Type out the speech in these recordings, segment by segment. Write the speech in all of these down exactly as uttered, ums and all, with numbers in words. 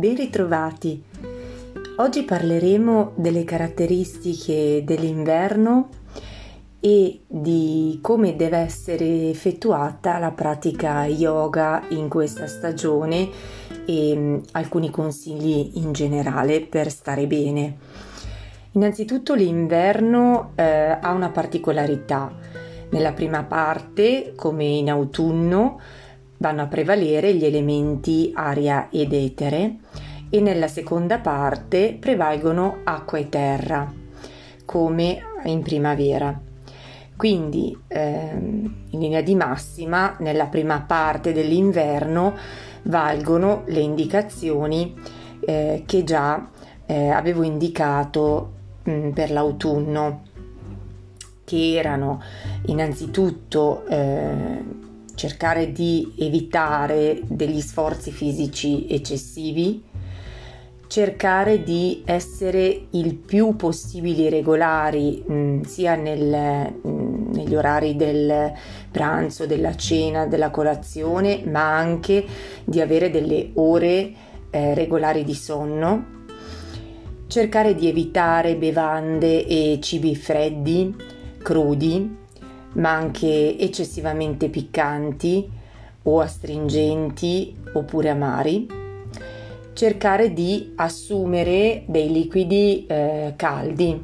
Ben ritrovati. Oggi parleremo delle caratteristiche dell'inverno e di come deve essere effettuata la pratica yoga in questa stagione e mh, alcuni consigli in generale per stare bene. Innanzitutto l'inverno eh, ha una particolarità. Nella prima parte, come in autunno, vanno a prevalere gli elementi aria ed etere e nella seconda parte prevalgono acqua e terra, come in primavera. Quindi ehm, in linea di massima nella prima parte dell'inverno valgono le indicazioni eh, che già eh, avevo indicato mh, per l'autunno, che erano innanzitutto eh, cercare di evitare degli sforzi fisici eccessivi, cercare di essere il più possibile regolari mh, sia nel, mh, negli orari del pranzo, della cena, della colazione, ma anche di avere delle ore eh, regolari di sonno, cercare di evitare bevande e cibi freddi, crudi, ma anche eccessivamente piccanti o astringenti oppure amari. Cercare di assumere dei liquidi eh, caldi,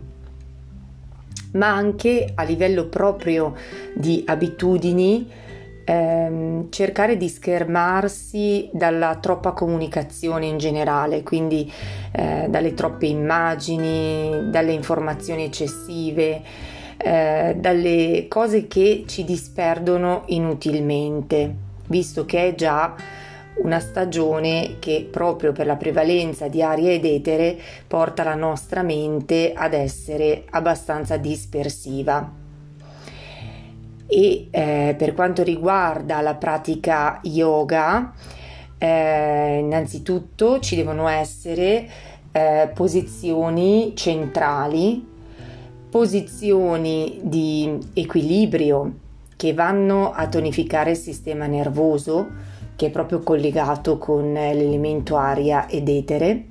ma anche a livello proprio di abitudini ehm, cercare di schermarsi dalla troppa comunicazione in generale, quindi eh, dalle troppe immagini, dalle informazioni eccessive, Eh, dalle cose che ci disperdono inutilmente, visto che è già una stagione che proprio per la prevalenza di aria ed etere porta la nostra mente ad essere abbastanza dispersiva. E eh, per quanto riguarda la pratica yoga, eh, innanzitutto ci devono essere eh, posizioni centrali, posizioni di equilibrio che vanno a tonificare il sistema nervoso, che è proprio collegato con l'elemento aria ed etere,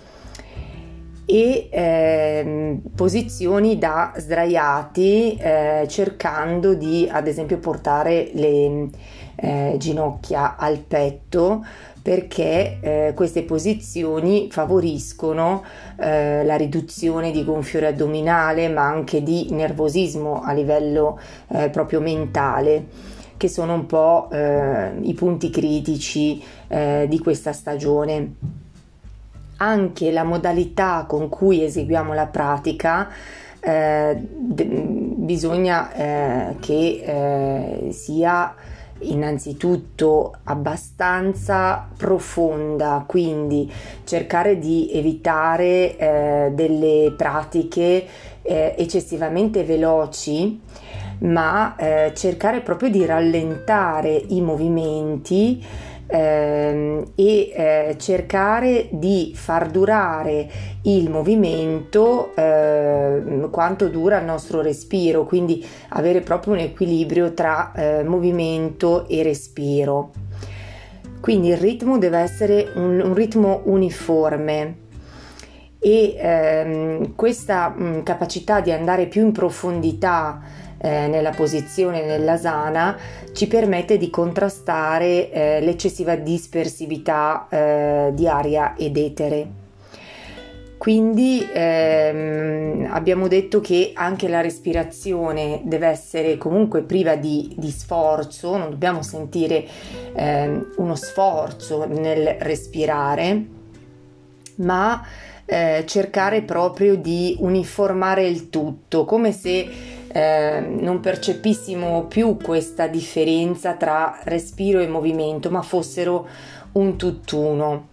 e eh, posizioni da sdraiati, eh, cercando di ad esempio portare le eh, ginocchia al petto, perché eh, queste posizioni favoriscono eh, la riduzione di gonfiore addominale, ma anche di nervosismo a livello eh, proprio mentale, che sono un po' eh, i punti critici eh, di questa stagione. Anche la modalità con cui eseguiamo la pratica eh, d- bisogna eh, che eh, sia innanzitutto abbastanza profonda, quindi cercare di evitare eh, delle pratiche eh, eccessivamente veloci, ma eh, cercare proprio di rallentare i movimenti eh, e eh, cercare di far durare il movimento eh, quanto dura il nostro respiro, quindi avere proprio un equilibrio tra eh, movimento e respiro. Quindi il ritmo deve essere un, un ritmo uniforme e ehm, questa mh, capacità di andare più in profondità eh, nella posizione, nell'asana, ci permette di contrastare eh, l'eccessiva dispersività eh, di aria ed etere. Quindi ehm, abbiamo detto che anche la respirazione deve essere comunque priva di, di sforzo, non dobbiamo sentire ehm, uno sforzo nel respirare, ma eh, cercare proprio di uniformare il tutto, come se eh, non percepissimo più questa differenza tra respiro e movimento, ma fossero un tutt'uno.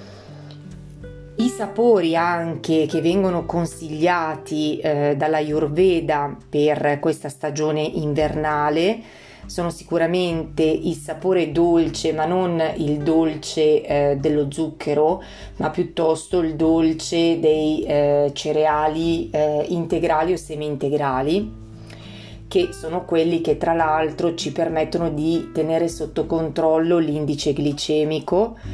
I sapori anche che vengono consigliati eh, dalla Ayurveda per questa stagione invernale sono sicuramente il sapore dolce, ma non il dolce eh, dello zucchero, ma piuttosto il dolce dei eh, cereali eh, integrali o semi-integrali, che sono quelli che tra l'altro ci permettono di tenere sotto controllo l'indice glicemico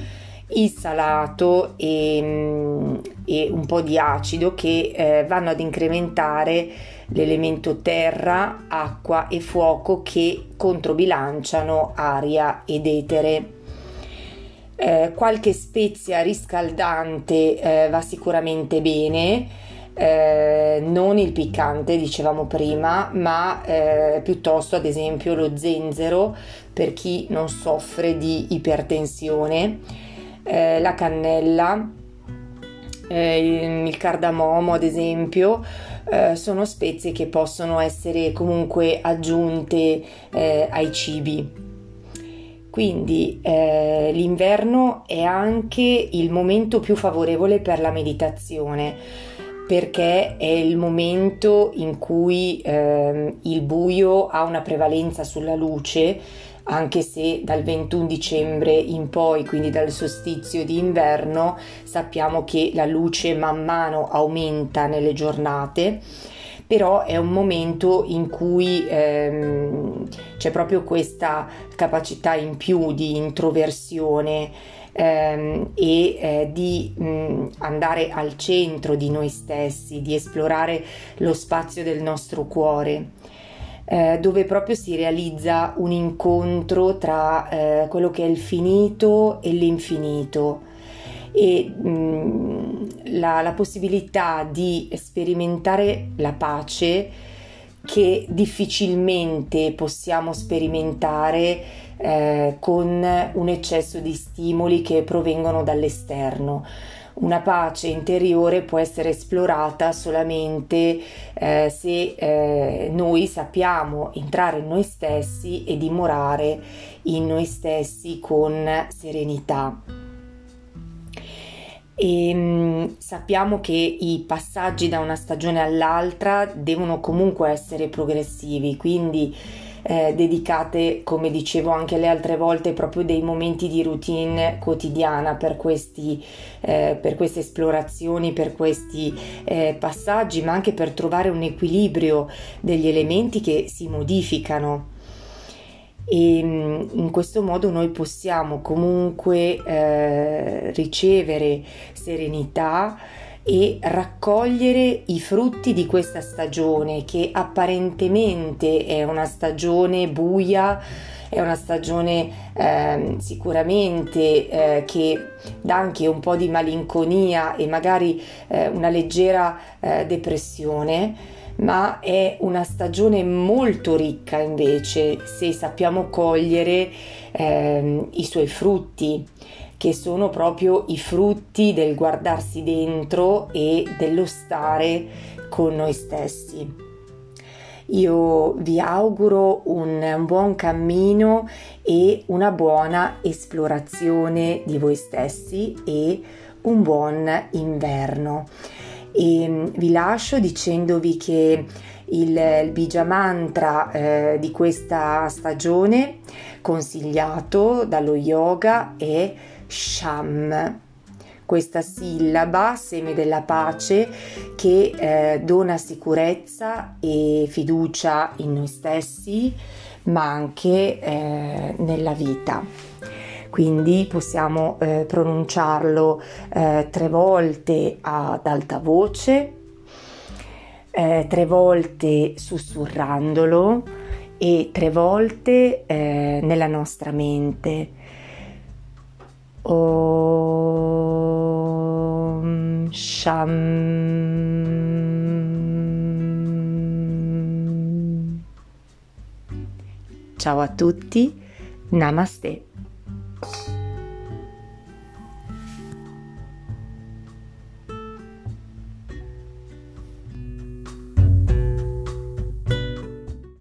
il salato e, e un po' di acido che eh, vanno ad incrementare l'elemento terra, acqua e fuoco che controbilanciano aria ed etere. Eh, qualche spezia riscaldante eh, va sicuramente bene, eh, non il piccante, dicevamo prima, ma eh, piuttosto ad esempio lo zenzero per chi non soffre di ipertensione, eh, la cannella, eh, il cardamomo ad esempio, eh, sono spezie che possono essere comunque aggiunte eh, ai cibi. Quindi eh, l'inverno è anche il momento più favorevole per la meditazione, perché è il momento in cui eh, il buio ha una prevalenza sulla luce, anche se dal ventuno dicembre in poi, quindi dal solstizio di inverno, sappiamo che la luce man mano aumenta nelle giornate. Però è un momento in cui ehm, c'è proprio questa capacità in più di introversione ehm, e eh, di mh, andare al centro di noi stessi, di esplorare lo spazio del nostro cuore, eh, dove proprio si realizza un incontro tra eh, quello che è il finito e l'infinito. E mh, la, la possibilità di sperimentare la pace che difficilmente possiamo sperimentare eh, con un eccesso di stimoli che provengono dall'esterno. Una pace interiore può essere esplorata solamente eh, se eh, noi sappiamo entrare in noi stessi e dimorare in noi stessi con serenità. E mh, sappiamo che i passaggi da una stagione all'altra devono comunque essere progressivi, quindi eh, dedicate, come dicevo anche le altre volte, proprio dei momenti di routine quotidiana per questi eh, per queste esplorazioni, per questi eh, passaggi, ma anche per trovare un equilibrio degli elementi che si modificano. E in questo modo noi possiamo comunque eh, ricevere serenità e raccogliere i frutti di questa stagione, che apparentemente è una stagione buia, è una stagione eh, sicuramente eh, che dà anche un po' di malinconia e magari eh, una leggera eh, depressione, ma è una stagione molto ricca invece se sappiamo cogliere ehm, i suoi frutti, che sono proprio i frutti del guardarsi dentro e dello stare con noi stessi. Io vi auguro un, un buon cammino e una buona esplorazione di voi stessi e un buon inverno. E vi lascio dicendovi che il, il Bija Mantra eh, di questa stagione consigliato dallo yoga è Sham, questa sillaba, seme della pace, che eh, dona sicurezza e fiducia in noi stessi, ma anche eh, nella vita. Quindi possiamo eh, pronunciarlo eh, tre volte ad alta voce, eh, tre volte sussurrandolo e tre volte eh, nella nostra mente. Om Sham. Ciao a tutti, Namaste.